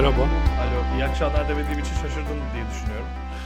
Merhaba. Alo, iyi akşamlar demediğim için şaşırdın diye düşünüyorum.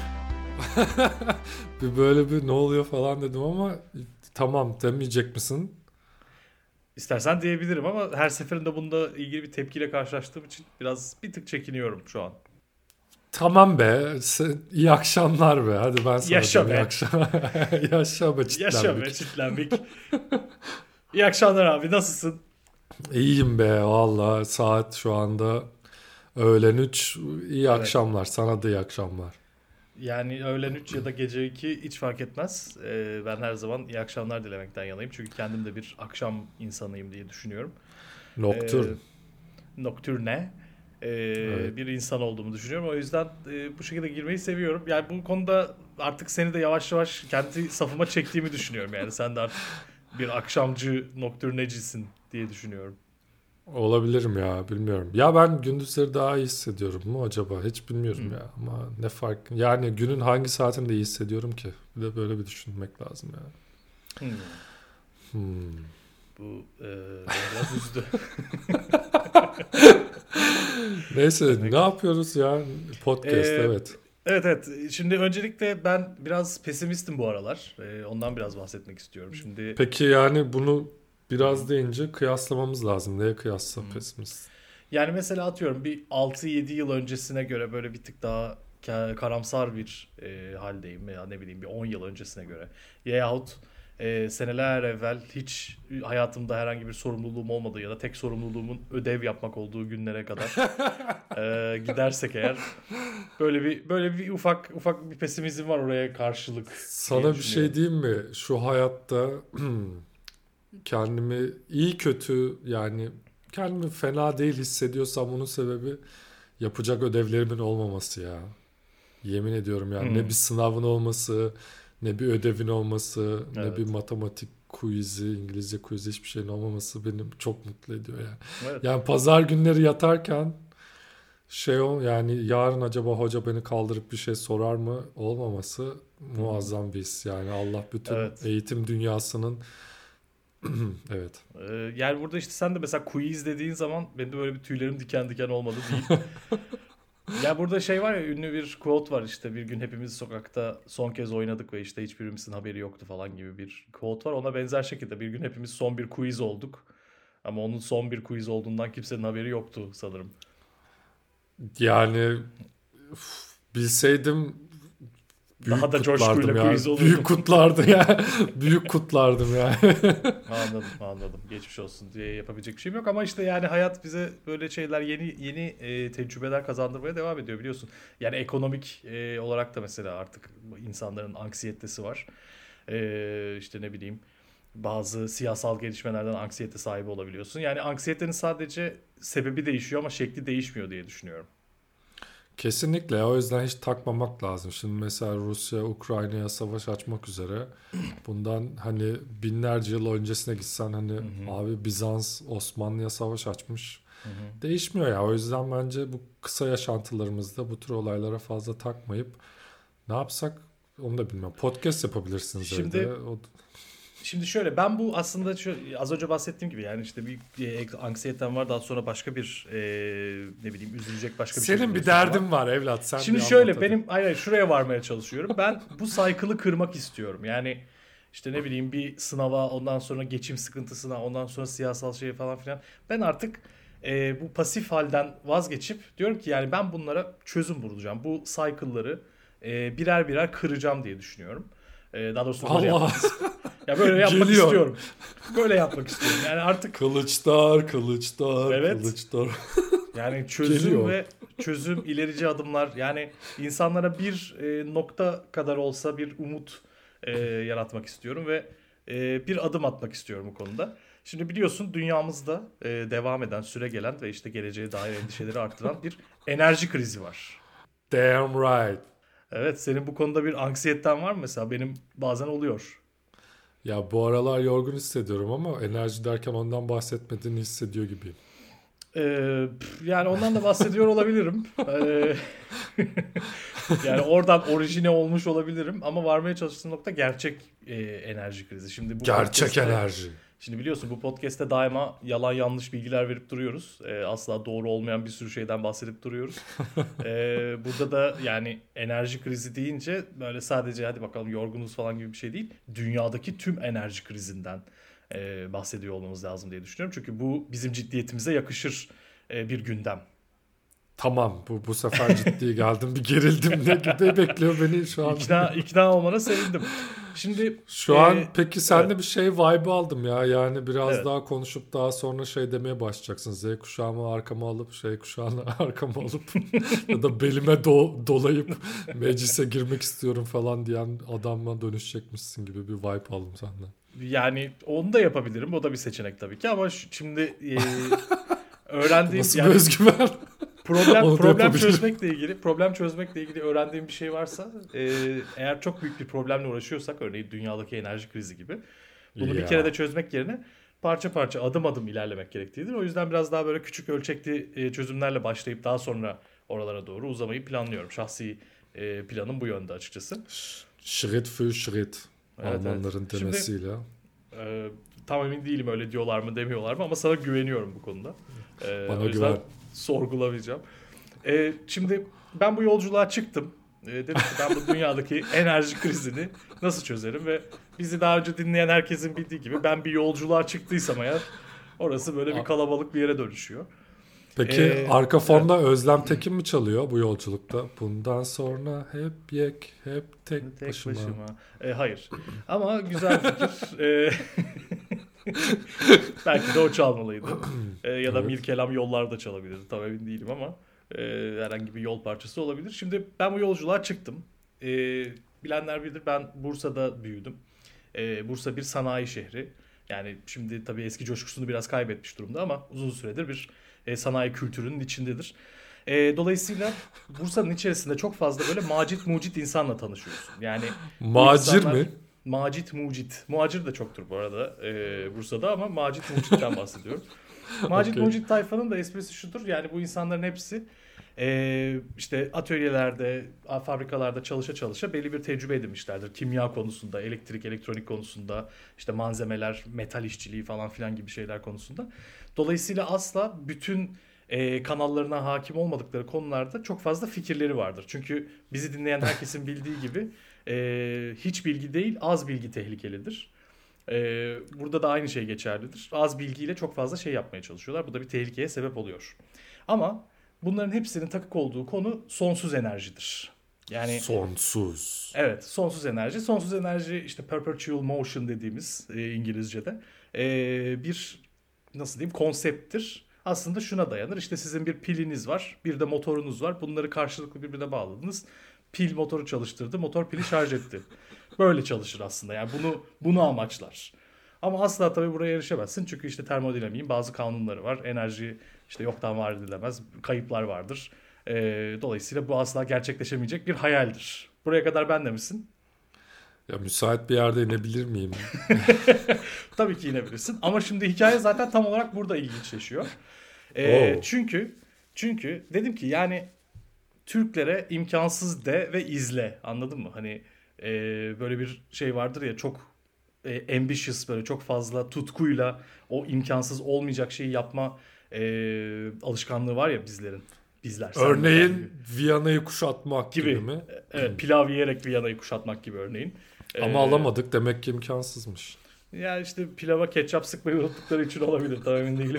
Böyle bir ne oluyor falan dedim ama tamam demeyecek misin? İstersen diyebilirim ama her seferinde bunda ilgili bir tepkiyle karşılaştığım için bir tık çekiniyorum şu an. Tamam be. İyi akşamlar be. Hadi ben sana Yaşa diyeyim iyi be. akşamlar. Yaşa be Yaşa be çitlenmek. çitlenmek. İyi akşamlar abi, nasılsın? İyiyim be valla. Saat şu anda öğlen 3. İyi Evet. akşamlar. Sana da iyi akşamlar. Yani öğlen 3 ya da gece 2 hiç fark etmez. Ben her zaman iyi akşamlar dilemekten yanayım. Çünkü kendim de bir akşam insanıyım diye düşünüyorum. Ee, Nocturne. Nocturne Evet. bir insan olduğumu düşünüyorum. O yüzden bu şekilde girmeyi seviyorum. Yani bu konuda artık seni de yavaş yavaş kendi safıma çektiğimi düşünüyorum. Yani sen de artık bir akşamcı nocturnecisin diye düşünüyorum. Olabilirim ya bilmiyorum. Ya ben gündüzleri daha iyi hissediyorum mu acaba? Hiç bilmiyorum Hmm. ya. Ama ne fark? Yani günün hangi saatinde iyi hissediyorum ki? Bir de böyle bir düşünmek lazım ya. Hmm. Hmm. Bu beni biraz üzdü. Neyse Demek. ne yapıyoruz ya? Podcast Ee, evet. evet. Şimdi öncelikle ben biraz pesimistim bu aralar. Ondan biraz bahsetmek istiyorum. Şimdi. Peki yani bunu Hı hı. biraz deyince kıyaslamamız lazım. Neye kıyasla Hı. pesimist? Yani mesela atıyorum bir 6-7 yıl öncesine göre böyle bir tık daha karamsar bir haldeyim veya ne bileyim bir 10 yıl öncesine göre. Yahut seneler evvel hiç hayatımda herhangi bir sorumluluğum olmadığı ya da tek sorumluluğumun ödev yapmak olduğu günlere kadar gidersek eğer böyle bir ufak bir pesimizm var oraya karşılık diye Sana bir şey düşünüyorum. diyeyim mi? Şu hayatta kendimi iyi kötü yani kendimi fena değil hissediyorsam bunun sebebi yapacak ödevlerimin olmaması ya. Yemin ediyorum yani ne bir Hmm, sınavın olması, ne bir ödevin olması, ne bir evet. matematik quiz'i, İngilizce quiz'i hiçbir şeyin olmaması beni çok mutlu ediyor ya. Evet. Yani pazar günleri yatarken yani yarın acaba hoca beni kaldırıp bir şey sorar mı olmaması Hı hı. muazzam bir his. Yani Allah bütün Evet. eğitim dünyasının evet. Yani burada işte sen de mesela quiz dediğin zaman benim de böyle bir tüylerim diken diken olmadı değil. Ya burada şey var ya, ünlü bir quote var, işte bir gün hepimiz sokakta son kez oynadık ve işte hiçbirimizin haberi yoktu falan gibi bir quote var. Ona benzer şekilde bir gün hepimiz son bir quiz olduk. Ama onun son bir quiz olduğundan kimsenin haberi yoktu sanırım. Yani bilseydim Daha büyük da kutlardım coşkuyla ya. quiz Büyük olurdum. kutlardım ya. Büyük kutlardım ya. Anladım. Geçmiş olsun diye yapabilecek bir şeyim yok ama işte yani hayat bize böyle şeyler, yeni tecrübeler kazandırmaya devam ediyor biliyorsun. Yani ekonomik olarak da mesela artık insanların anksiyetesi var. İşte ne bileyim, bazı siyasal gelişmelerden anksiyete sahibi olabiliyorsun. Yani anksiyetenin sadece sebebi değişiyor ama şekli değişmiyor diye düşünüyorum. Kesinlikle. O yüzden hiç takmamak lazım. Şimdi mesela Rusya Ukrayna'ya savaş açmak üzere. Bundan hani binlerce yıl öncesine gitsen hani Hı hı. abi Bizans Osmanlı'ya savaş açmış. Hı hı. Değişmiyor ya. O yüzden bence bu kısa yaşantılarımızda bu tür olaylara fazla takmayıp ne yapsak onu da bilmiyorum. Podcast yapabilirsiniz evde. Şimdi Şimdi şöyle, ben bu aslında az önce bahsettiğim gibi yani işte bir anksiyetem var, daha sonra başka bir ne bileyim üzülecek başka bir şey Senin bir buluyorsun falan. derdin var evlat. Sen bir Şimdi anlat şöyle, hadi. benim aynen şuraya varmaya çalışıyorum. Ben bu cycle'ı kırmak istiyorum. Yani işte ne bileyim bir sınava, ondan sonra geçim sıkıntısına, ondan sonra siyasal şeye falan filan. Ben artık bu pasif halden vazgeçip diyorum ki yani ben bunlara çözüm bulacağım. Bu cycle'ları birer birer kıracağım diye düşünüyorum. Daha doğrusu böyle Allah yapmak ya böyle yapmak geliyor. istiyorum. Böyle yapmak istiyorum. Yani artık Kılıçlar, kılıçlar, evet. kılıçlar. Yani çözüm Geliyor. ve çözüm, ilerici adımlar. Yani insanlara bir nokta kadar olsa bir umut yaratmak istiyorum ve bir adım atmak istiyorum bu konuda. Şimdi biliyorsun dünyamızda devam eden, süre gelen ve işte geleceğe dair endişeleri arttıran bir enerji krizi var. Damn right. Evet, senin bu konuda bir anksiyetten var mı mesela? Benim bazen oluyor. Ya bu aralar yorgun hissediyorum ama enerji derken ondan bahsetmediğini hissediyor gibiyim. Yani ondan da bahsediyor olabilirim. Yani oradan orijine olmuş olabilirim ama varmaya çalıştığım nokta gerçek enerji krizi. Şimdi bu Gerçek podcast'te enerji. Şimdi biliyorsun bu podcast'te daima yalan yanlış bilgiler verip duruyoruz. Asla doğru olmayan bir sürü şeyden bahsedip duruyoruz. Burada da yani enerji krizi deyince böyle sadece hadi bakalım yorgunuz falan gibi bir şey değil. Dünyadaki tüm enerji krizinden bahsediyor olmamız lazım diye düşünüyorum. Çünkü bu bizim ciddiyetimize yakışır bir gündem. Tamam, bu sefer ciddi geldim. Bir gerildim, ne bekliyor beni şu an. İkna olmana sevindim. Şimdi şu an peki sen de bir şey vibe aldım ya. Yani biraz Evet. daha konuşup daha sonra şey demeye başlayacaksın. Z kuşağımı arkama alıp şey kuşağını arkama alıp ya da belime dolayıp meclise girmek istiyorum falan diyen adamla dönüşecekmişsin gibi bir vibe aldım senden. Yani onu da yapabilirim. O da bir seçenek tabii ki ama şimdi öğrendiğim Nasıl yani bir özgüven? Onu da problem çözmekle ilgili öğrendiğim bir şey varsa eğer çok büyük bir problemle uğraşıyorsak örneğin dünyadaki enerji krizi gibi bunu bir kere de çözmek yerine parça parça adım adım ilerlemek gerektiğidir. O yüzden biraz daha böyle küçük ölçekli çözümlerle başlayıp daha sonra oralara doğru uzamayı planlıyorum. Şahsi planım bu yönde açıkçası. Schritt für Schritt. Evet, Almanların demesiyle. Tam emin değilim öyle diyorlar mı demiyorlar mı ama sana güveniyorum bu konuda. Bana o yüzden güven. sorgulamayacağım. Şimdi ben bu yolculuğa çıktım. Dedim ki ben bu dünyadaki enerji krizini nasıl çözerim ve bizi daha önce dinleyen herkesin bildiği gibi ben bir yolculuğa çıktıysam eğer orası böyle bir kalabalık bir yere dönüşüyor. Peki arka fonda Özlem Tekin mi çalıyor bu yolculukta? Bundan sonra hep yek, hep tek başıma. Hayır. Ama güzel fikir. Belki de o çalmalıydı. Ya da Evet. Mirkelam Yollar'da çalabilirdi. Tam emin değilim ama herhangi bir yol parçası olabilir. Şimdi ben bu yolculuğa çıktım. Bilenler bilir ben Bursa'da büyüdüm. Bursa bir sanayi şehri. Yani şimdi tabii eski coşkusunu biraz kaybetmiş durumda ama uzun süredir bir sanayi kültürünün içindedir. Dolayısıyla Bursa'nın içerisinde çok fazla böyle macit mucit insanla tanışıyorsun. Yani Macir insanlar, mi? Macit mucit. Muacir de çoktur bu arada Bursa'da ama macit mucitten bahsediyorum. Macit Okay. mucit tayfanın da esprisi şudur. Yani bu insanların hepsi işte atölyelerde, fabrikalarda çalışa çalışa belli bir tecrübe edinmişlerdir. Kimya konusunda, elektrik, elektronik konusunda, işte malzemeler, metal işçiliği falan filan gibi şeyler konusunda. Dolayısıyla asla bütün kanallarına hakim olmadıkları konularda çok fazla fikirleri vardır. Çünkü bizi dinleyen herkesin bildiği gibi hiç bilgi değil, az bilgi tehlikelidir. Burada da aynı şey geçerlidir. Az bilgiyle çok fazla şey yapmaya çalışıyorlar. Bu da bir tehlikeye sebep oluyor. Ama bunların hepsinin takık olduğu konu sonsuz enerjidir. Yani Sonsuz. evet, sonsuz enerji. Sonsuz enerji işte perpetual motion dediğimiz İngilizce'de bir nasıl diyeyim konsepttir. Aslında şuna dayanır. İşte sizin bir piliniz var, bir de motorunuz var. Bunları karşılıklı birbirine bağladınız. Pil motoru çalıştırdı, motor pili şarj etti. Böyle çalışır aslında. Yani bunu amaçlar. Ama asla tabii buraya erişemezsin. Çünkü işte termodinamiğin bazı kanunları var. Enerji işte yoktan var edilemez. Kayıplar vardır. Dolayısıyla bu asla gerçekleşemeyecek bir hayaldir. Buraya kadar ben de misin? Ya müsait bir yerde inebilir miyim? Tabii ki inebilirsin. Ama şimdi hikaye zaten tam olarak burada ilginçleşiyor. Oh. Çünkü dedim ki yani Türklere imkansız de ve izle. Anladın mı? Hani böyle bir şey vardır ya çok ambitious böyle çok fazla tutkuyla o imkansız olmayacak şeyi yapma alışkanlığı var ya bizlerin. Bizler. Örneğin Viyana'yı kuşatmak gibi mi? Evet, pilav yiyerek Viyana'yı kuşatmak gibi örneğin. Ama alamadık demek ki imkansızmış. Ya işte pilava ketçap sıkmayı unuttukları için olabilir. Tam emin değilim.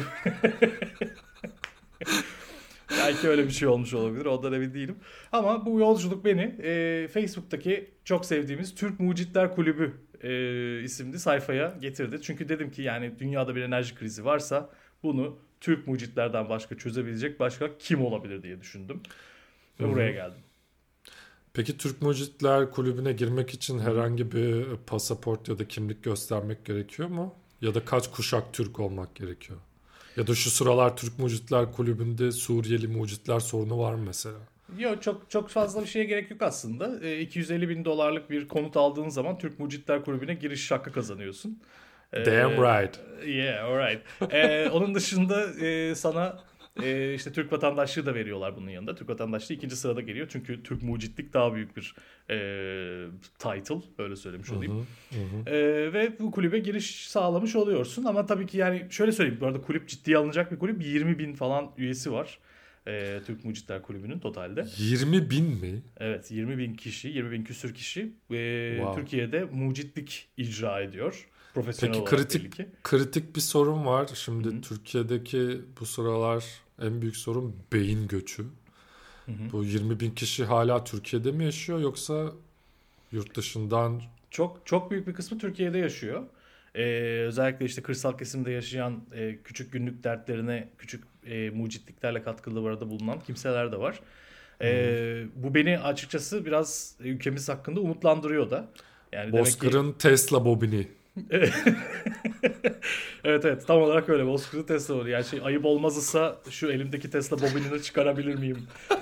Belki öyle bir şey olmuş olabilir. Ondan emin değilim. Ama bu yolculuk beni Facebook'taki çok sevdiğimiz Türk Mucitler Kulübü isimli sayfaya getirdi. Çünkü dedim ki yani dünyada bir enerji krizi varsa bunu Türk mucitlerden başka çözebilecek başka kim olabilir diye düşündüm. Ve buraya geldim. Peki Türk Mucitler Kulübü'ne girmek için herhangi bir pasaport ya da kimlik göstermek gerekiyor mu? Ya da kaç kuşak Türk olmak gerekiyor? Ya da şu sıralar Türk Mucitler Kulübü'nde Suriyeli mucitler sorunu var mı mesela? Yok çok fazla bir şeye gerek yok aslında. 250 bin dolarlık bir konut aldığın zaman Türk Mucitler Kulübü'ne giriş hakkı kazanıyorsun. Damn right. Yeah, alright. Onun dışında sana İşte Türk vatandaşlığı da veriyorlar bunun yanında. Türk vatandaşlığı ikinci sırada geliyor. Çünkü Türk mucitlik daha büyük bir title. Öyle söylemiş olayım. Ve bu kulübe giriş sağlamış oluyorsun. Ama tabii ki yani şöyle söyleyeyim. Bu arada kulüp ciddiye alınacak bir kulüp. 20 bin falan üyesi var. Türk Mucitler Kulübü'nün totalde. 20 bin mi? Evet, 20 bin kişi, 20 bin küsür kişi Wow. Türkiye'de mucitlik icra ediyor. Profesyonel Peki olarak belli ki. kritik bir sorun var. Şimdi Hı-hı. Türkiye'deki bu sıralar en büyük sorun beyin göçü. Hı-hı. Bu 20 bin kişi hala Türkiye'de mi yaşıyor yoksa yurt dışından? Çok çok büyük bir kısmı Türkiye'de yaşıyor. Özellikle işte kırsal kesimde yaşayan küçük günlük dertlerine küçük mucitliklerle katkıda bu arada bulunan kimseler de var. Bu beni açıkçası biraz ülkemiz hakkında umutlandırıyor da. Yani Bozkır'ın Tesla bobini. Evet tam olarak öyle. Bozkır'ın Tesla bobini. Yani ayıp olmazsa şu elimdeki Tesla bobinini çıkarabilir miyim?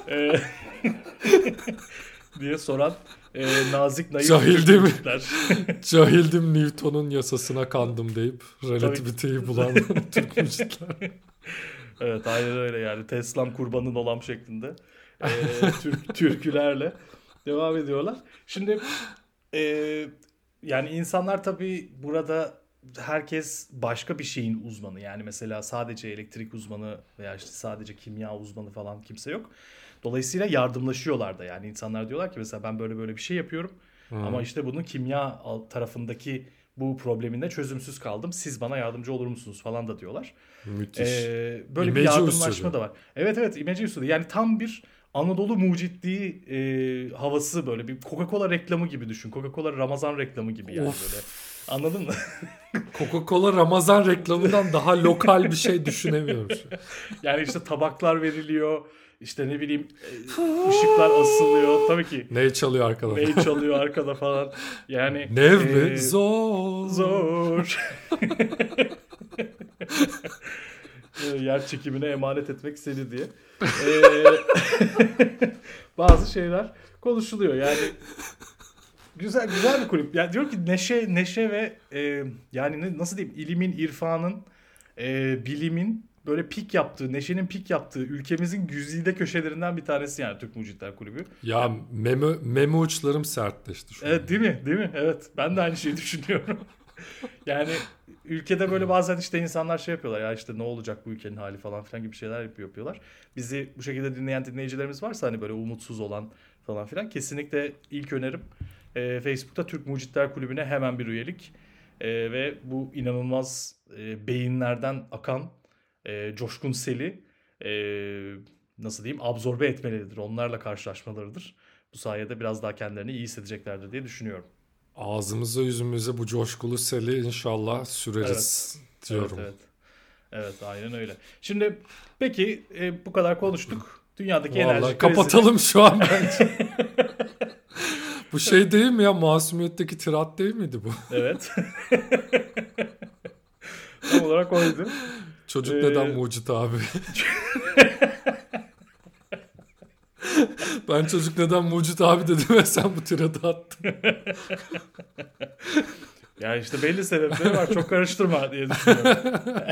Diye soran nazik naif Cahildim. Cahildim, Newton'un yasasına kandım deyip relativiteyi bulan Türk mucitler. Evet aynen öyle yani. Tesla'm kurbanın olam şeklinde türkülerle devam ediyorlar. Şimdi yani insanlar tabii burada herkes başka bir şeyin uzmanı. Yani mesela sadece elektrik uzmanı veya işte sadece kimya uzmanı falan kimse yok. Dolayısıyla yardımlaşıyorlar da. Yani insanlar diyorlar ki mesela ben böyle bir şey yapıyorum. Ama işte bunun kimya tarafındaki bu probleminde çözümsüz kaldım. Siz bana yardımcı olur musunuz falan da diyorlar. Müthiş. Böyle İmece bir yardımlaşma usulü. da var. Evet imece usulü. Yani tam bir Anadolu mucitliği havası böyle bir Coca-Cola reklamı gibi düşün. Coca-Cola Ramazan reklamı gibi yani böyle. Anladın mı? Coca-Cola Ramazan reklamından daha lokal bir şey düşünemiyorum. Yani işte tabaklar veriliyor. İşte ne bileyim ışıklar asılıyor. Tabii ki. Ne çalıyor arkada? Ne çalıyor arkada falan. Yani Nev mi? Zor. Zor. Yer çekimine emanet etmek seni diye. Bazı şeyler konuşuluyor. Yani güzel bir kulüp. Yani diyor ki neşe ve yani nasıl diyeyim ilimin, irfanın, bilimin böyle pik yaptığı, neşenin pik yaptığı ülkemizin güzide köşelerinden bir tanesi yani Türk Mucitler Kulübü. Ya meme uçlarım sertleşti şu an. Evet değil mi? Evet. Ben de aynı şeyi düşünüyorum. Yani ülkede böyle bazen işte insanlar şey yapıyorlar ya işte ne olacak bu ülkenin hali falan filan gibi şeyler yapıyorlar. Bizi bu şekilde dinleyen dinleyicilerimiz varsa hani böyle umutsuz olan falan filan kesinlikle ilk önerim Facebook'ta Türk Mucitler Kulübü'ne hemen bir üyelik ve bu inanılmaz beyinlerden akan coşkun seli nasıl diyeyim absorbe etmeleridir. Onlarla karşılaşmalarıdır. Bu sayede biraz daha kendilerini iyi hissedeceklerdir diye düşünüyorum. Ağzımıza yüzümüze bu coşkulu seli inşallah süreriz diyorum. Evet aynen öyle. Şimdi peki bu kadar konuştuk. Dünyadaki Vallahi enerji kapatalım şu an bence. Bu şey değil mi ya? Masumiyetteki tirat değil miydi bu? Evet. Tam olarak oydu. Çocuk neden mucit abi? Ben çocuk neden mucit abi dedim ve sen bu tiradı attın. Yani işte belli sebepleri var. Çok karıştırma diye düşünüyorum.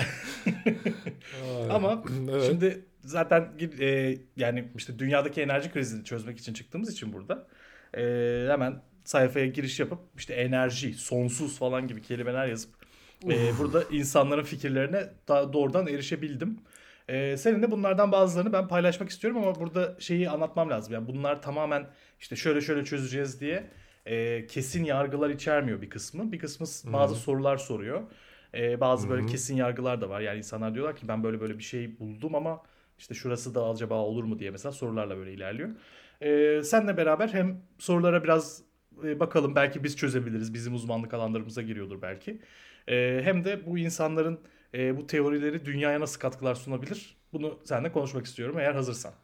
Ama evet. şimdi zaten yani işte dünyadaki enerji krizini çözmek için çıktığımız için burada hemen sayfaya giriş yapıp işte enerji, sonsuz falan gibi kelimeler yazıp burada insanların fikirlerine doğrudan erişebildim. Senin de bunlardan bazılarını ben paylaşmak istiyorum ama burada şeyi anlatmam lazım. Yani bunlar tamamen işte şöyle çözeceğiz diye kesin yargılar içermiyor bir kısmı. Bir kısmı bazı sorular soruyor. Bazı böyle kesin yargılar da var. Yani insanlar diyorlar ki ben böyle bir şey buldum ama işte şurası da acaba olur mu diye mesela sorularla böyle ilerliyor. Seninle beraber hem sorulara biraz bakalım belki biz çözebiliriz. Bizim uzmanlık alanlarımıza giriyordur belki. Hem de bu insanların bu teorileri dünyaya nasıl katkılar sunabilir? Bunu seninle konuşmak istiyorum eğer hazırsan.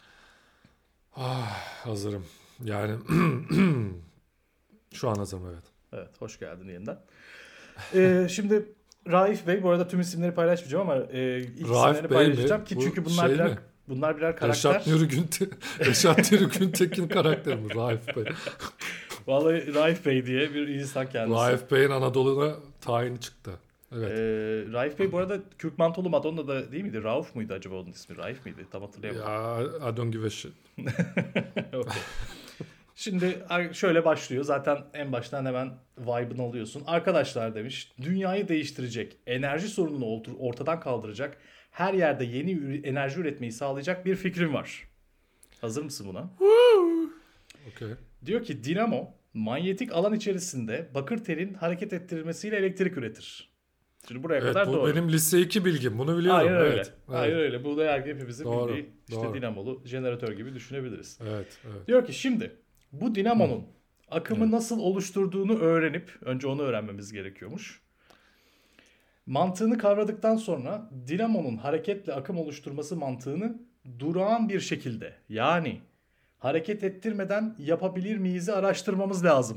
Hazırım. Yani şu an hazırım evet. Evet hoş geldin yeniden. Şimdi Raif Bey bu arada tüm isimleri paylaşmayacağım ama ilk isimlerini paylaşacağım ki çünkü bunlar birer karakter. Reşat Nuri Güntekin karakteri mi Raif Bey? Vallahi Raif Bey diye bir insan kendisi. Raif Bey'in Anadolu'na tayini çıktı. Evet. Raif Bey bu arada Kürk Mantolu Madonna da değil miydi? Rauf muydu acaba onun ismi? Raif miydi? Tam hatırlayamadım. Ya I don't give a shit. Okay. Şimdi şöyle başlıyor. Zaten en baştan hemen vibe'ını alıyorsun. Arkadaşlar demiş, dünyayı değiştirecek, enerji sorununu ortadan kaldıracak, her yerde yeni enerji üretmeyi sağlayacak bir fikrim var. Hazır mısın buna? Okay. Diyor ki dinamo manyetik alan içerisinde bakır telin hareket ettirilmesiyle elektrik üretir. Şimdi buraya kadar bu doğru. benim lise 2 bilgim. Bunu biliyorum. Aynen öyle. Evet. Aynen öyle. Bu da hepimizin Doğru, bildiği işte doğru. dinamolu jeneratör gibi düşünebiliriz. Evet. Diyor ki şimdi bu dinamonun akımı nasıl oluşturduğunu öğrenip önce onu öğrenmemiz gerekiyormuş. Mantığını kavradıktan sonra dinamonun hareketle akım oluşturması mantığını durağan bir şekilde yani hareket ettirmeden yapabilir miyiz'i araştırmamız lazım.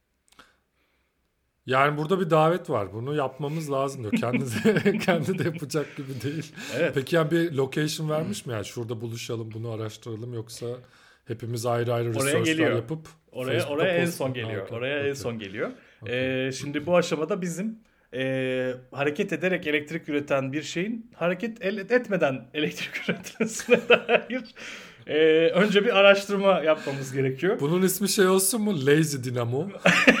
Yani burada bir davet var. Bunu yapmamız lazım diyor. Kendi de yapacak gibi değil. Evet. Peki yani bir location vermiş mi? Yani şurada buluşalım, bunu araştıralım, yoksa hepimiz ayrı ayrı research'lar yapıp oraya en son geliyor. En son geliyor. Şimdi bu aşamada bizim hareket ederek elektrik üreten bir şeyin hareket etmeden elektrik üretmesine dair önce bir araştırma yapmamız gerekiyor. Bunun ismi şey olsun mu? Lazy Dynamo.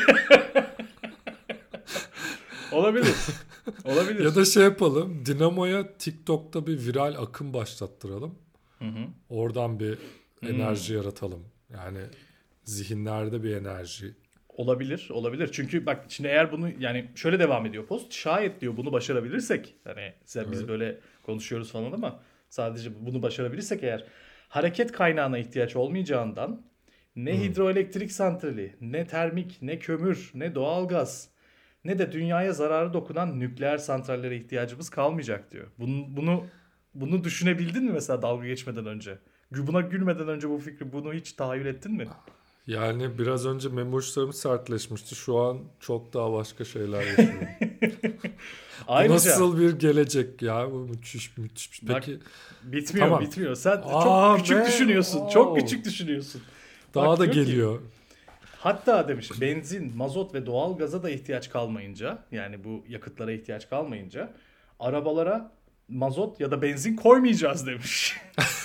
Olabilir. Olabilir. Ya da şey yapalım. Dinamo'ya TikTok'ta bir viral akım başlattıralım. Hı. Oradan bir enerji yaratalım. Yani zihinlerde bir enerji. Olabilir. Çünkü bak şimdi eğer bunu yani şöyle devam ediyor post. Şayet diyor bunu başarabilirsek hani biz böyle konuşuyoruz falan ama sadece bunu başarabilirsek eğer hareket kaynağına ihtiyaç olmayacağından ne hidroelektrik santrali, ne termik, ne kömür, ne doğalgaz, ne de dünyaya zararı dokunan nükleer santrallere ihtiyacımız kalmayacak diyor. Bunu düşünebildin mi mesela dalga geçmeden önce? Buna gülmeden önce bu fikri bunu hiç tahayyül ettin mi? Yani biraz önce memoşlarım sertleşmişti. Şu an çok daha başka şeyler yaşıyorum. Ayrıca, nasıl bir gelecek ya? Bu müthiş. Peki. Bak, bitmiyor. Sen çok küçük düşünüyorsun. Daha Bak, da geliyor. Hatta demiş benzin, mazot ve doğal gaza da ihtiyaç kalmayınca yani bu yakıtlara ihtiyaç kalmayınca arabalara mazot ya da benzin koymayacağız demiş.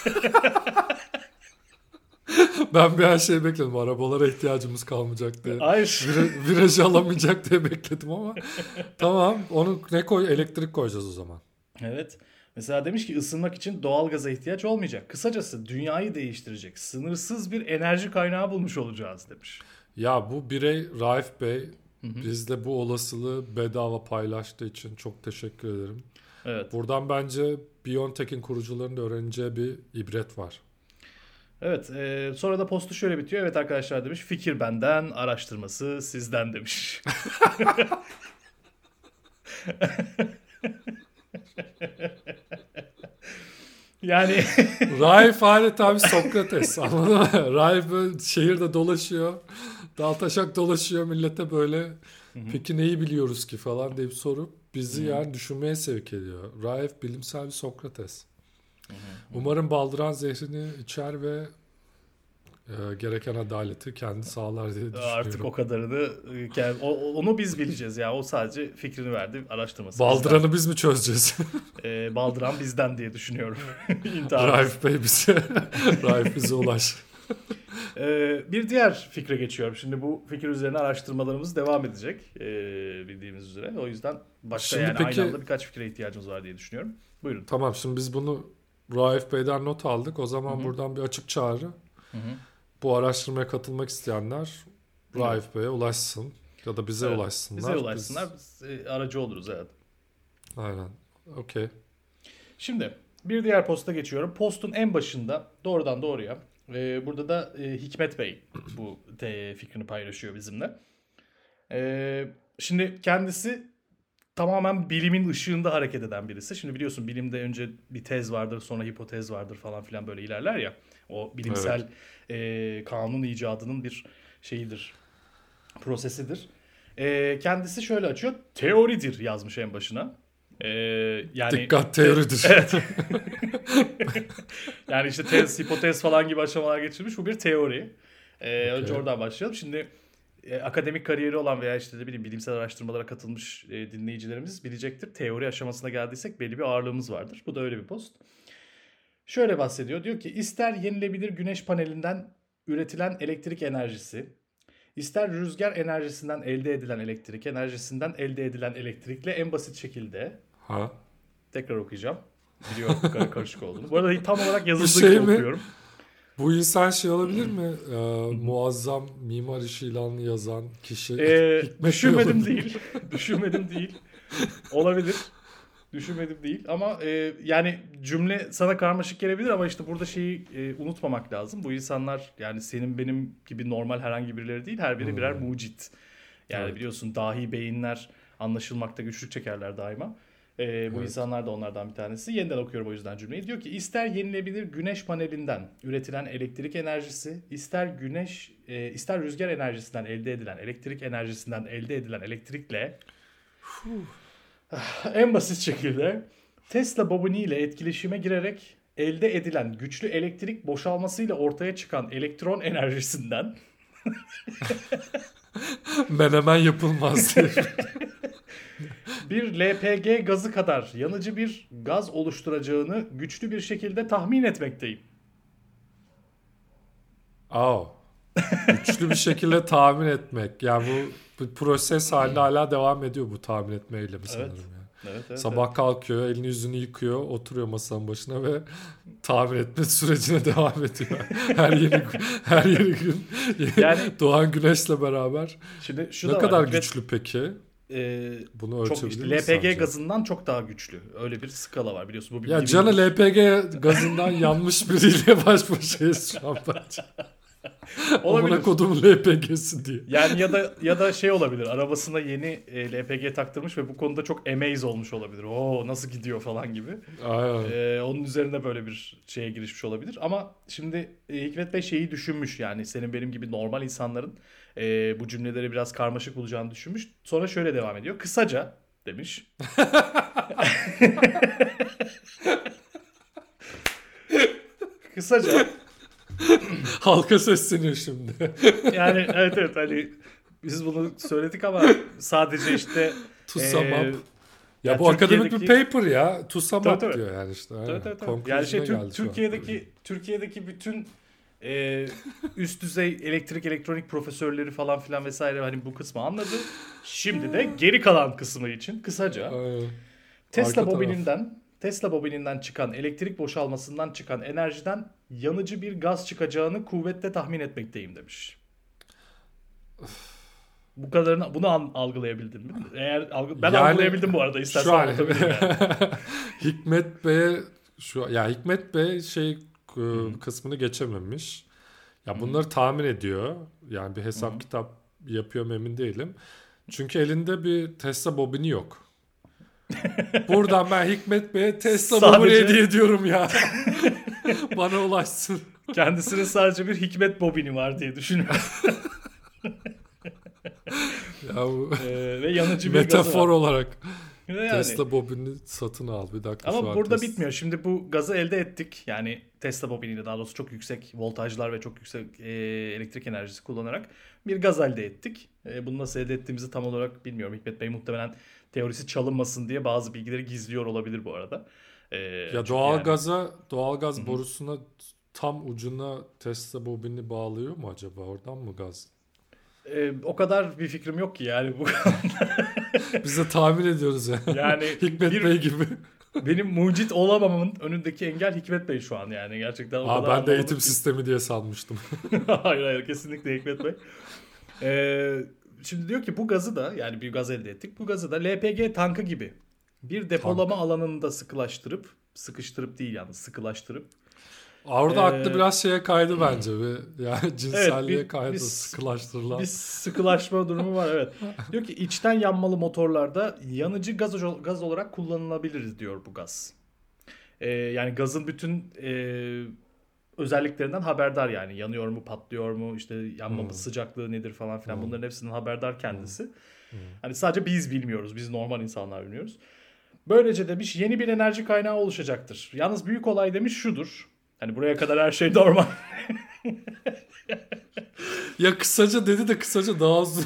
Ben bir her şey bekledim. Arabalara ihtiyacımız kalmayacak diye. Hayır. Virajı alamayacak diye bekledim ama. Tamam. Onu elektrik koyacağız o zaman. Evet. Mesela demiş ki ısınmak için doğal gaza ihtiyaç olmayacak. Kısacası dünyayı değiştirecek sınırsız bir enerji kaynağı bulmuş olacağız demiş. Ya bu birey Raif Bey bizle bu olasılığı bedava paylaştığı için çok teşekkür ederim. Evet. Buradan bence BioNTech'in kurucularının da öğreneceği bir ibret var. Evet. Sonra da postu şöyle bitiyor. Evet arkadaşlar demiş. Fikir benden, araştırması sizden demiş. Yani Raif adeta bir Sokrates, anladın mı? Raif böyle şehirde dolaşıyor. Daltaşak dolaşıyor, millete böyle peki neyi biliyoruz ki falan deyip sorup bizi yani düşünmeye sevk ediyor. Raif bilimsel bir Sokrates. Umarım baldıran zehrini içer ve gereken adaleti kendi sağlar diye düşünüyorum. artık o kadarını onu biz bileceğiz ya. O sadece fikrini verdi, araştırması. Baldıran'ı biz mi çözeceğiz? Baldıran bizden diye düşünüyorum. Raif Bey bize. Raif bize ulaş. Bir diğer fikre geçiyorum. Şimdi bu fikir üzerine araştırmalarımız devam edecek. Bildiğimiz üzere. O yüzden başka Şimdi peki, aynı anda birkaç fikre ihtiyacımız var diye düşünüyorum. Buyurun. Tamam, şimdi biz bunu Raif Bey'den not aldık. O zaman buradan bir açık çağrı. Bu araştırmaya katılmak isteyenler Raif Bey'e ulaşsın. Ya da bize ulaşsınlar. Bize ulaşsınlar. Biz aracı oluruz, evet. Aynen. Okey. Şimdi bir diğer posta geçiyorum. Postun en başında doğrudan doğruya burada da Hikmet Bey bu fikrini paylaşıyor bizimle. Şimdi kendisi tamamen bilimin ışığında hareket eden birisi. Şimdi biliyorsun bilimde önce bir tez vardır, sonra hipotez vardır falan filan böyle ilerler ya. O bilimsel kanun icadının bir şeyidir, prosesidir. Kendisi şöyle açıyor. Teoridir yazmış en başına. Yani dikkat, teoridir. Evet. Yani işte tez, hipotez falan gibi aşamalar geçirmiş. Bu bir teori. Önce oradan başlayalım. Şimdi akademik kariyeri olan veya işte de bileyim bilimsel araştırmalara katılmış dinleyicilerimiz bilecektir. Teori aşamasına geldiysek belli bir ağırlığımız vardır. Bu da öyle bir post. Şöyle bahsediyor. Diyor ki ister yenilebilir güneş panelinden üretilen elektrik enerjisi, ister rüzgar enerjisinden elde edilen elektrik enerjisinden elde edilen elektrikle en basit şekilde tekrar okuyacağım. Biliyorum karışık olduğunu. Bu arada tam olarak yazıldığı gibi okuyorum. Bu insan şey olabilir mi? Muazzam mimar işi ilanını yazan kişi. Düşünmedim değil. Düşünmedim değil. Olabilir. Düşünmedim değil. Ama yani cümle sana karmaşık gelebilir ama işte burada şeyi unutmamak lazım. Bu insanlar yani senin benim gibi normal herhangi birileri değil. Her biri birer mucit. Yani biliyorsun dahi beyinler anlaşılmakta güçlük çekerler daima. Bu insanlar da onlardan bir tanesi. Yeniden okuyorum o yüzden cümleyi. Diyor ki ister yenilebilir güneş panelinden üretilen elektrik enerjisi, ister rüzgar enerjisinden elde edilen elektrik enerjisinden elde edilen elektrikle en basit şekilde Tesla bobiniyle etkileşime girerek elde edilen güçlü elektrik boşalmasıyla ortaya çıkan elektron enerjisinden menemen yapılmaz diye. bir LPG gazı kadar yanıcı bir gaz oluşturacağını güçlü bir şekilde tahmin etmekteyim. Güçlü bir şekilde tahmin etmek. Yani bu proses halinde hala devam ediyor bu tahmin etme eylemi sanırım. Yani. Evet, Sabah kalkıyor, elini yüzünü yıkıyor, oturuyor masanın başına ve tahmin etme sürecine devam ediyor. her yeni gün yani, doğan güneşle beraber. Şimdi şu ne kadar güçlü peki? Bunu ölçebilir miyiz? LPG gazından çok daha güçlü. Öyle bir skala var biliyorsun. Bu bir ya canı LPG gazından yanmış biriyle baş başayız şu an bence. Olabilir. Kodum LPG'si diye. Yani ya da şey olabilir. Arabasına yeni LPG taktırmış ve bu konuda çok amaze olmuş olabilir. Oo nasıl gidiyor falan gibi. Onun üzerine böyle bir şeye girişmiş olabilir. Ama şimdi Hikmet Bey şeyi düşünmüş yani senin benim gibi normal insanların bu cümleleri biraz karmaşık bulacağını düşünmüş. Sonra şöyle devam ediyor. Kısaca demiş. Kısaca halka sesleniyor şimdi. Yani evet hani biz bunu söyledik ama sadece işte to sum up. Ya bu akademik bir paper ya. To sum up diyor yani işte. Tabii. Yani Türkiye'deki bütün üst düzey elektrik elektronik profesörleri falan vesaire hani bu kısmı anladı. Şimdi de geri kalan kısmı için kısaca Tesla bobininden çıkan elektrik boşalmasından çıkan enerjiden yanıcı bir gaz çıkacağını kuvvetle tahmin etmekteyim demiş. Bu kadarını bunu algılayabildin mi? Ben algılayabildim bu arada. İstersen anlatabilirim yani. Hikmet Bey kısmını geçememiş. Ya bunları tahmin ediyor. Yani bir hesap kitap yapıyor mu emin değilim. Çünkü elinde bir Tesla bobini yok. Buradan ben Hikmet Bey'e Tesla bobini hediye ediyorum ya. Bana ulaşsın. Kendisinin sadece bir Hikmet bobini var diye düşünüyorum. Ve yanıcı bir metafor olarak yani. Tesla bobini satın al. Bir dakika. Ama burada bitmiyor. Şimdi bu gazı elde ettik. Yani Tesla bobiniyle daha doğrusu çok yüksek voltajlar ve çok yüksek elektrik enerjisi kullanarak bir gaz elde ettik. Bunu nasıl elde ettiğimizi tam olarak bilmiyorum. Hikmet Bey muhtemelen teorisi çalınmasın diye bazı bilgileri gizliyor olabilir bu arada. Ya doğalgaz borusuna tam ucuna Tesla bobini bağlıyor mu acaba? Oradan mı gaz? O kadar bir fikrim yok ki yani bu. Biz de tahmin ediyoruz yani Hikmet Bey gibi. Benim mucit olamamamın önündeki engel Hikmet Bey şu an yani gerçekten. O kadar ben de eğitim sistemi diye sanmıştım. hayır kesinlikle Hikmet Bey. Şimdi diyor ki bu gazı da yani bir gaz elde ettik. Bu gazı da LPG tankı gibi bir depolama alanında sıkıştırıp değil yalnız sıkılaştırıp. Orada aklı biraz şeye kaydı bence. Yani cinselliğe kaydı. Sıkılaştırılan. Bir sıkılaşma durumu var evet. Diyor ki içten yanmalı motorlarda yanıcı gaz olarak kullanılabilir diyor bu gaz. Yani gazın bütün özelliklerinden haberdar yani. Yanıyor mu, patlıyor mu, işte yanma sıcaklığı nedir falan filan bunların hepsinden haberdar kendisi. Hani sadece biz bilmiyoruz. Biz normal insanlar bilmiyoruz. Böylece demiş yeni bir enerji kaynağı oluşacaktır. Yalnız büyük olay demiş şudur. Hani buraya kadar her şey normal. Ya kısaca dedi de kısaca daha uzun.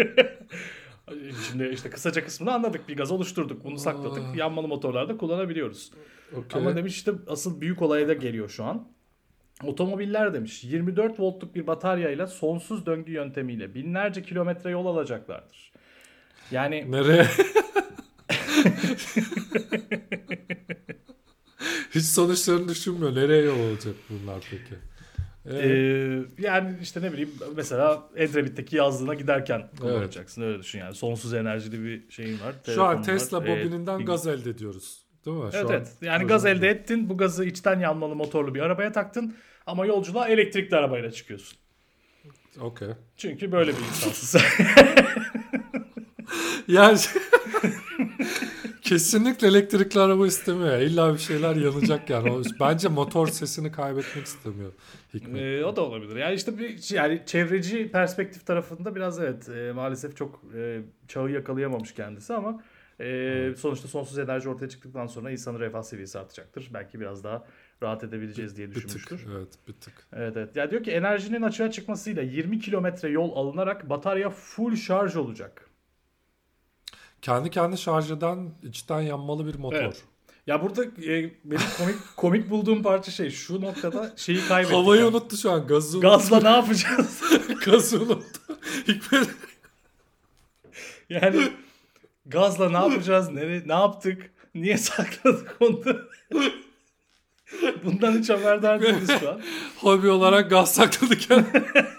Şimdi işte kısaca kısmını anladık. Bir gaz oluşturduk. Bunu sakladık. Yanmalı motorlarda kullanabiliyoruz. Okay. Ama demiş işte asıl büyük olaya da geliyor şu an. Otomobiller demiş 24 voltluk bir bataryayla sonsuz döngü yöntemiyle binlerce kilometre yol alacaklardır. Yani Nereye? Hiç sonuçlarını düşünmüyor. Nereye yol olacak bunlar peki? yani işte ne bileyim mesela Edremit'teki yazlığına giderken kullanacaksın. Evet. Öyle düşün yani. Sonsuz enerjili bir şeyin var. Şu an Telefonun Tesla var. bobininden gaz elde ediyoruz. Değil mi? Evet, Şu evet. an Yani gaz projemiz elde bu. ettin. Bu gazı içten yanmalı motorlu bir arabaya taktın. Ama yolculuğa elektrikli arabayla çıkıyorsun. Okey. Çünkü böyle bir insansın sen. Yani kesinlikle elektrikli araba istemiyor. İlla bir şeyler yanacak yani. Bence motor sesini kaybetmek istemiyor Hikmet. O da olabilir. Yani işte yani çevreci perspektif tarafında biraz evet maalesef çok çağı yakalayamamış kendisi ama sonuçta sonsuz enerji ortaya çıktıktan sonra insanın refah seviyesi artacaktır. Belki biraz daha rahat edebileceğiz diye Bir düşünmüştür. tık. Evet, bir tık. Evet, evet. Ya diyor ki enerjinin açığa çıkmasıyla 20 kilometre yol alınarak batarya full şarj olacak. Kendi kendine şarj eden içten yanmalı bir motor. Evet. Ya burada benim komik bulduğum parça şu noktada şeyi kaybettik. Havayı yani. unuttu şu an. Gazı Gazla ne yapacağız? Gazı unuttu. Hikmet. Yani gazla ne yapacağız? Ne yaptık? Niye sakladık onu? Bundan hiç haberdar değiliz şu an. Hobi olarak gaz sakladık yani.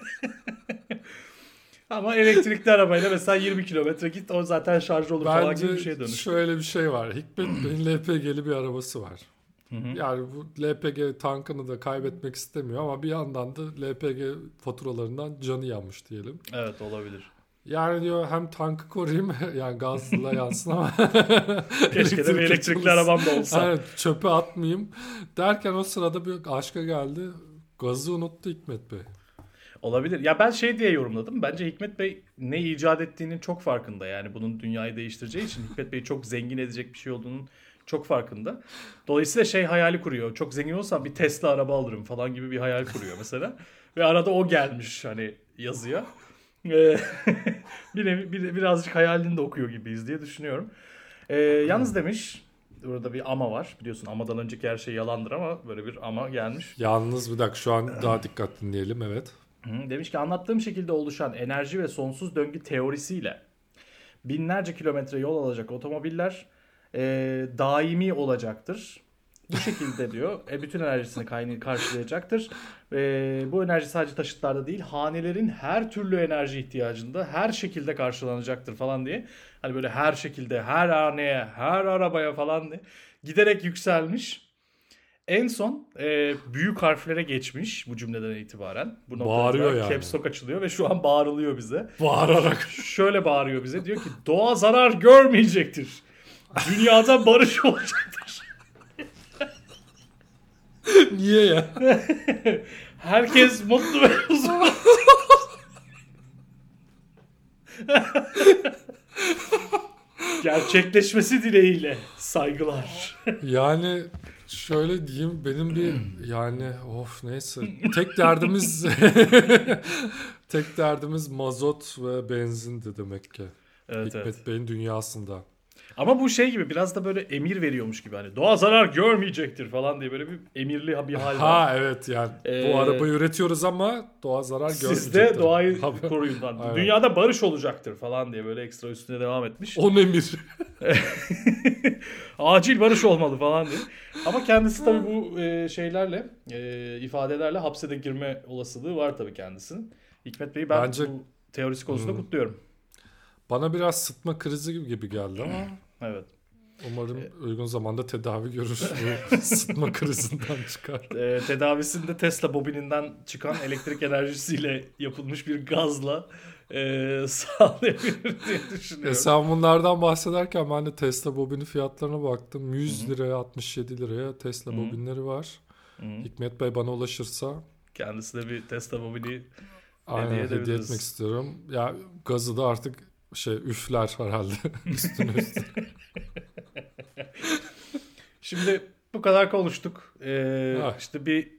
Ama elektrikli arabayla mesela 20 kilometre git o zaten şarj olur falan gibi bir Bence şeye dönüş. şöyle bir şey var. Hikmet'in LPG'li bir arabası var. Yani bu LPG tankını da kaybetmek istemiyor ama bir yandan da LPG faturalarından canı yanmış diyelim. Evet olabilir. Yani diyor hem tankı koruyayım yani gazla yansın ama Keşke de bir elektrikli arabam da olsa. Evet, çöpe atmayayım derken o sırada bir aşka geldi. Gazı unuttu Hikmet Bey. Olabilir. Ya ben diye yorumladım. Bence Hikmet Bey ne icat ettiğinin çok farkında. Yani bunun dünyayı değiştireceği için Hikmet Bey çok zengin edecek bir şey olduğunun çok farkında. Dolayısıyla hayali kuruyor. Çok zengin olsam bir Tesla araba alırım falan gibi bir hayal kuruyor mesela. Ve arada o gelmiş hani yazıya. Birazcık hayalini de okuyor gibiyiz diye düşünüyorum. Yalnız demiş burada bir ama var. Biliyorsun amadan önceki her şey yalandır ama böyle bir ama gelmiş. Yalnız bir dakika şu an daha dikkat dinleyelim evet. Demiş ki anlattığım şekilde oluşan enerji ve sonsuz döngü teorisiyle binlerce kilometre yol alacak otomobiller daimi olacaktır. Bu şekilde diyor bütün enerjisini karşılayacaktır. Bu enerji sadece taşıtlarda değil hanelerin her türlü enerji ihtiyacında her şekilde karşılanacaktır falan diye. Hani böyle her şekilde her haneye her arabaya falan diye giderek yükselmiş. En son büyük harflere geçmiş bu cümleden itibaren. Bu Bağırıyor yani. Caps Lock açılıyor ve şu an bağırılıyor bize. Bağırarak. Şöyle bağırıyor bize. Diyor ki doğa zarar görmeyecektir. Dünyada barış olacaktır. Niye ya? Herkes mutlu ve huzurlu. Gerçekleşmesi dileğiyle. Saygılar. Yani şöyle diyeyim benim bir yani neyse tek derdimiz mazot ve benzindi demek ki. Evet, Hikmet evet. Bey'in dünyasında. Ama bu gibi biraz da böyle emir veriyormuş gibi hani doğa zarar görmeyecektir falan diye böyle bir emirli bir hal var. Ha evet yani bu arabayı üretiyoruz ama doğa zarar görmeyecektir. Siz de doğayı koruyun falan. Aynen. Dünyada barış olacaktır falan diye böyle ekstra üstüne devam etmiş. On emir. Acil barış olmalı falan diye. Ama kendisi tabii bu şeylerle ifadelerle hapse de girme olasılığı var tabii kendisinin. Hikmet Bey'i ben Bence bu teorisi konusunda kutluyorum. Bana biraz sıtma krizi gibi geldi ama Evet. umarım uygun zamanda tedavi görür. Bu sıtma krizinden çıkar. Tedavisinde Tesla bobininden çıkan elektrik enerjisiyle yapılmış bir gazla sağlayabilir diye düşünüyorum. Sen bunlardan bahsederken ben de Tesla bobini fiyatlarına baktım. 100 liraya 67 liraya Tesla bobinleri var. Hikmet Bey bana ulaşırsa Kendisine bir Tesla bobini hediye etmek istiyorum. Ya gazı da artık üfler herhalde üstüne. Şimdi bu kadar konuştuk. İşte bir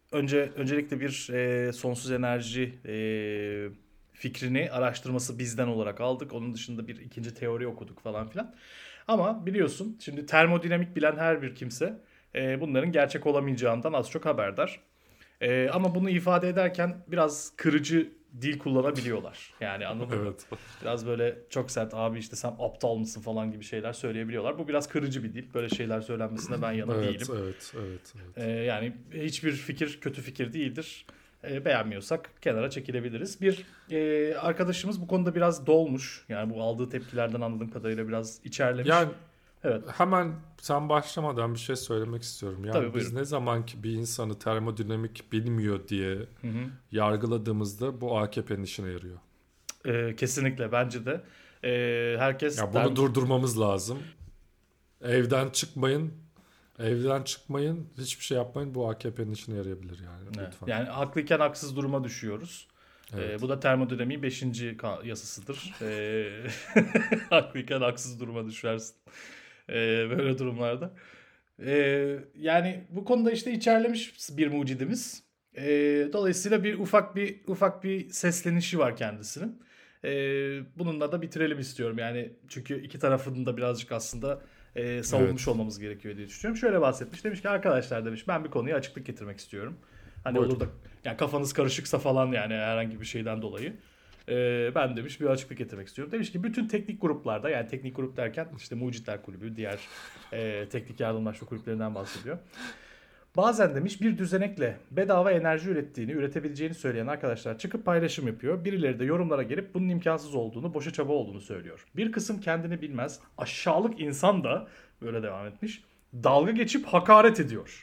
öncelikle bir sonsuz enerji fikrini araştırması bizden olarak aldık. Onun dışında bir ikinci teori okuduk falan filan. Ama biliyorsun şimdi termodinamik bilen her bir kimse bunların gerçek olamayacağından az çok haberdar. Ama bunu ifade ederken biraz kırıcı dil kullanabiliyorlar. Yani anladın mı? Evet. Biraz böyle çok sert abi işte sen aptal mısın falan gibi şeyler söyleyebiliyorlar. Bu biraz kırıcı bir dil. Böyle şeyler söylenmesine ben yana Evet, değilim. evet. Yani hiçbir fikir kötü fikir değildir. Beğenmiyorsak kenara çekilebiliriz. Bir arkadaşımız bu konuda biraz dolmuş. Yani bu aldığı tepkilerden anladığım kadarıyla biraz içerlemiş. Yani Evet. hemen sen başlamadan bir şey söylemek istiyorum. Yani Tabii, biz buyurun. ne zaman ki bir insanı termodinamik bilmiyor diye Hı hı. yargıladığımızda bu AKP'nin işine yarıyor. Kesinlikle bence de. Herkes Ya bunu durdurmamız lazım. Evden çıkmayın. Evden çıkmayın. Hiçbir şey yapmayın. Bu AKP'nin işine yarayabilir yani. Evet. Lütfen. Yani haklıyken haksız duruma düşüyoruz. Evet. Bu da termodinamiğin 5. yasasıdır. Haklıyken haksız duruma düşersin. Böyle durumlarda. Yani bu konuda işte içerlemiş bir mucidimiz. Dolayısıyla ufak bir seslenişi var kendisinin. Bununla da bitirelim istiyorum. Yani çünkü iki tarafını da birazcık aslında savunmuş Evet. olmamız gerekiyor diye düşünüyorum. Şöyle bahsetmiş. Demiş ki arkadaşlar demiş ben bir konuya açıklık getirmek istiyorum. Hani Buyurun. olur da yani kafanız karışıksa falan yani herhangi bir şeyden dolayı. Ben demiş bir açıklık getirmek istiyorum. Demiş ki bütün teknik gruplarda yani teknik grup derken işte Mucitler Kulübü, diğer teknik yardımlaşma kulüplerinden bahsediyor. Bazen demiş bir düzenekle bedava enerji üretebileceğini söyleyen arkadaşlar çıkıp paylaşım yapıyor. Birileri de yorumlara gelip bunun imkansız olduğunu, boşa çaba olduğunu söylüyor. Bir kısım kendini bilmez, aşağılık insan da böyle devam etmiş. Dalga geçip hakaret ediyor.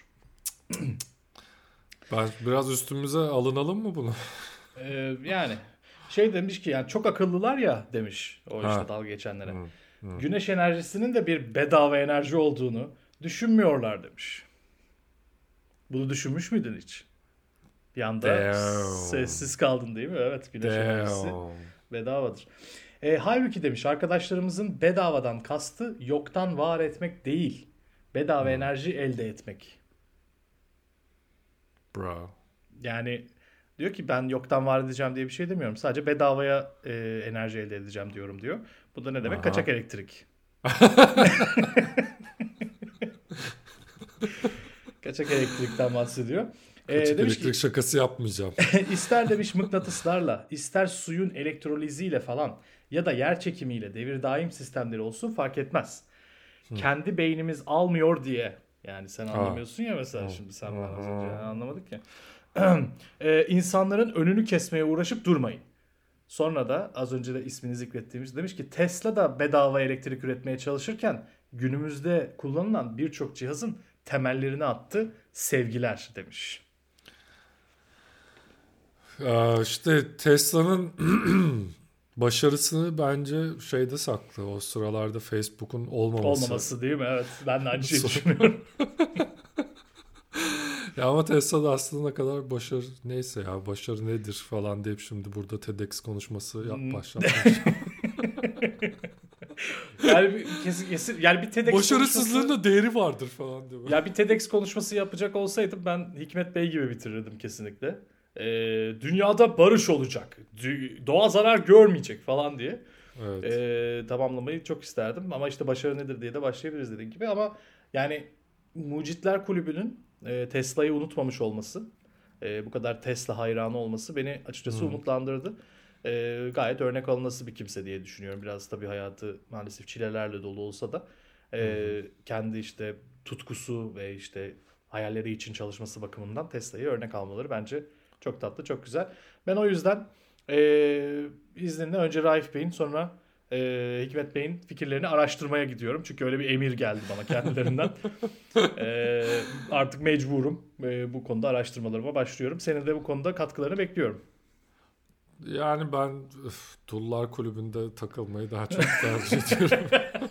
Ben biraz üstümüze alınalım mı bunu? Yani şey demiş ki yani çok akıllılar ya demiş o işte Ha. dalga geçenlere. Hı, hı. Güneş enerjisinin de bir bedava enerji olduğunu düşünmüyorlar demiş. Bunu düşünmüş müydün hiç? Bir anda Damn. sessiz kaldın değil mi? Evet, güneş enerjisi Damn. bedavadır. Halbuki demiş arkadaşlarımızın bedavadan kastı yoktan var etmek değil. Bedava Hı. enerji elde etmek. Bro. Yani diyor ki ben yoktan var edeceğim diye bir şey demiyorum. Sadece bedavaya enerji elde edeceğim diyorum diyor. Bu da ne demek? Aha. Kaçak elektrik. Kaçak elektrikten bahsediyor. Kaçak Demiş ki elektrik şakası yapmayacağım. ister demiş mıknatıslarla, ister suyun elektroliziyle falan ya da yer çekimiyle devir daim sistemleri olsun fark etmez. Kendi beynimiz almıyor diye. Yani sen Ha. anlamıyorsun ya mesela Hı. şimdi sen Hı ben az önce hı. anlamadık ya. İnsanların önünü kesmeye uğraşıp durmayın. Sonra da az önce de ismini zikrettiğimiz demiş ki Tesla da bedava elektrik üretmeye çalışırken günümüzde kullanılan birçok cihazın temellerini attı. Sevgiler demiş. İşte Tesla'nın başarısını bence şeyde saklı. O sıralarda Facebook'un olmaması. Olmaması değil mi? Evet. Ben de aynı şeyi düşünüyorum. Ya ama Tesla'da aslında ne kadar başarı neyse ya başarı nedir falan deyip şimdi burada TEDx konuşması başlatmayacağım. Yani kesin yani bir TEDx Başarısızlığın konuşması da değeri vardır falan diyor. ya bir TEDx konuşması yapacak olsaydım ben Hikmet Bey gibi bitirirdim kesinlikle. Dünyada barış olacak. Doğa zarar görmeyecek falan diye. Evet. Tamamlamayı çok isterdim. Ama işte başarı nedir diye de başlayabiliriz dediğim gibi. Ama yani Mucitler Kulübü'nün Tesla'yı unutmamış olması, bu kadar Tesla hayranı olması beni açıkçası Hı. umutlandırdı. Gayet örnek alınası bir kimse diye düşünüyorum. Biraz tabii hayatı maalesef çilelerle dolu olsa da kendi işte tutkusu ve işte hayalleri için çalışması bakımından Tesla'yı örnek almaları bence çok tatlı, çok güzel. Ben o yüzden izninle önce Raif Bey'in sonra Hikmet Bey'in fikirlerini araştırmaya gidiyorum. Çünkü öyle bir emir geldi bana kendilerinden. Artık mecburum. Bu konuda araştırmalarıma başlıyorum. Senin de bu konuda katkılarını bekliyorum. Yani ben Dullar Kulübü'nde takılmayı daha çok tercih ediyorum.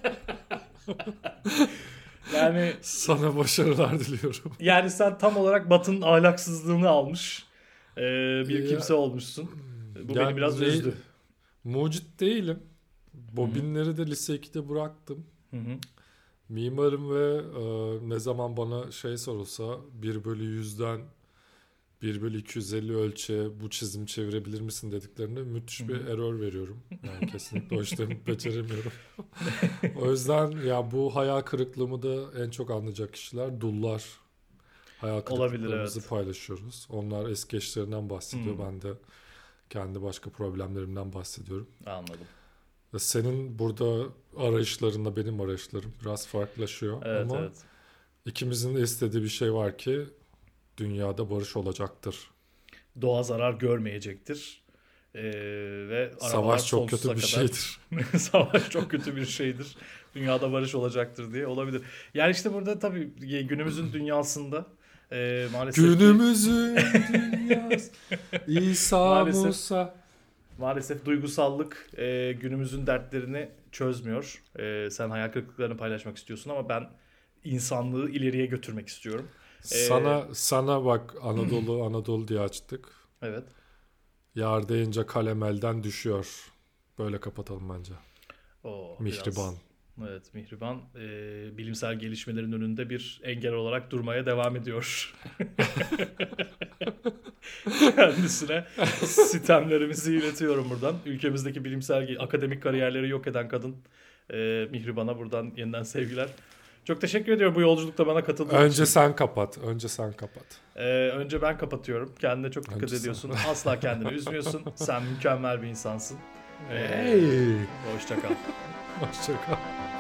Yani Sana başarılar diliyorum. yani sen tam olarak Batı'nın ahlaksızlığını almış bir Ya, kimse olmuşsun. Bu beni biraz üzdü. Mucit değilim. Hı-hı. Bobinleri de lise 2'de bıraktım. Hı-hı. Mimarım ve ne zaman bana şey sorulsa 1/100'den 1/250 ölçeğe bu çizimi çevirebilir misin dediklerinde müthiş bir error veriyorum. Yani kesinlikle o işlemi beceremiyorum. O yüzden ya bu hayal kırıklığımı da en çok anlayacak kişiler dullar. Hayal kırıklıklarımızı paylaşıyoruz. Onlar eski eşlerinden bahsediyor. Ben de kendi başka problemlerimden bahsediyorum. Anladım. Senin burada arayışlarınla benim arayışlarım biraz farklılaşıyor. Evet, ama evet. ikimizin de istediği bir şey var ki dünyada barış olacaktır. Doğa zarar görmeyecektir. Ve savaş çok kötü bir şeydir. Savaş çok kötü bir şeydir. Dünyada barış olacaktır diye olabilir. Yani işte burada tabii günümüzün dünyasında maalesef günümüzün dünyası İsa Musa. Maalesef duygusallık günümüzün dertlerini çözmüyor. Sen hayal kırıklıklarını paylaşmak istiyorsun ama ben insanlığı ileriye götürmek istiyorum. Sana bak Anadolu diye açtık. Evet. Yar deyince kalem elden düşüyor. Böyle kapatalım bence. Mihriban. Evet, Mihriban bilimsel gelişmelerin önünde bir engel olarak durmaya devam ediyor. Kendisine sitemlerimizi iletiyorum buradan. Ülkemizdeki bilimsel akademik kariyerleri yok eden kadın Mihriban'a buradan yeniden sevgiler. Çok teşekkür ediyorum bu yolculukta bana katıldığın için. Önce sen kapat. Önce ben kapatıyorum. Kendine çok dikkat ediyorsun. Asla kendini üzmüyorsun. Sen mükemmel bir insansın. Hey. Hoşça kal. Hoşça kal.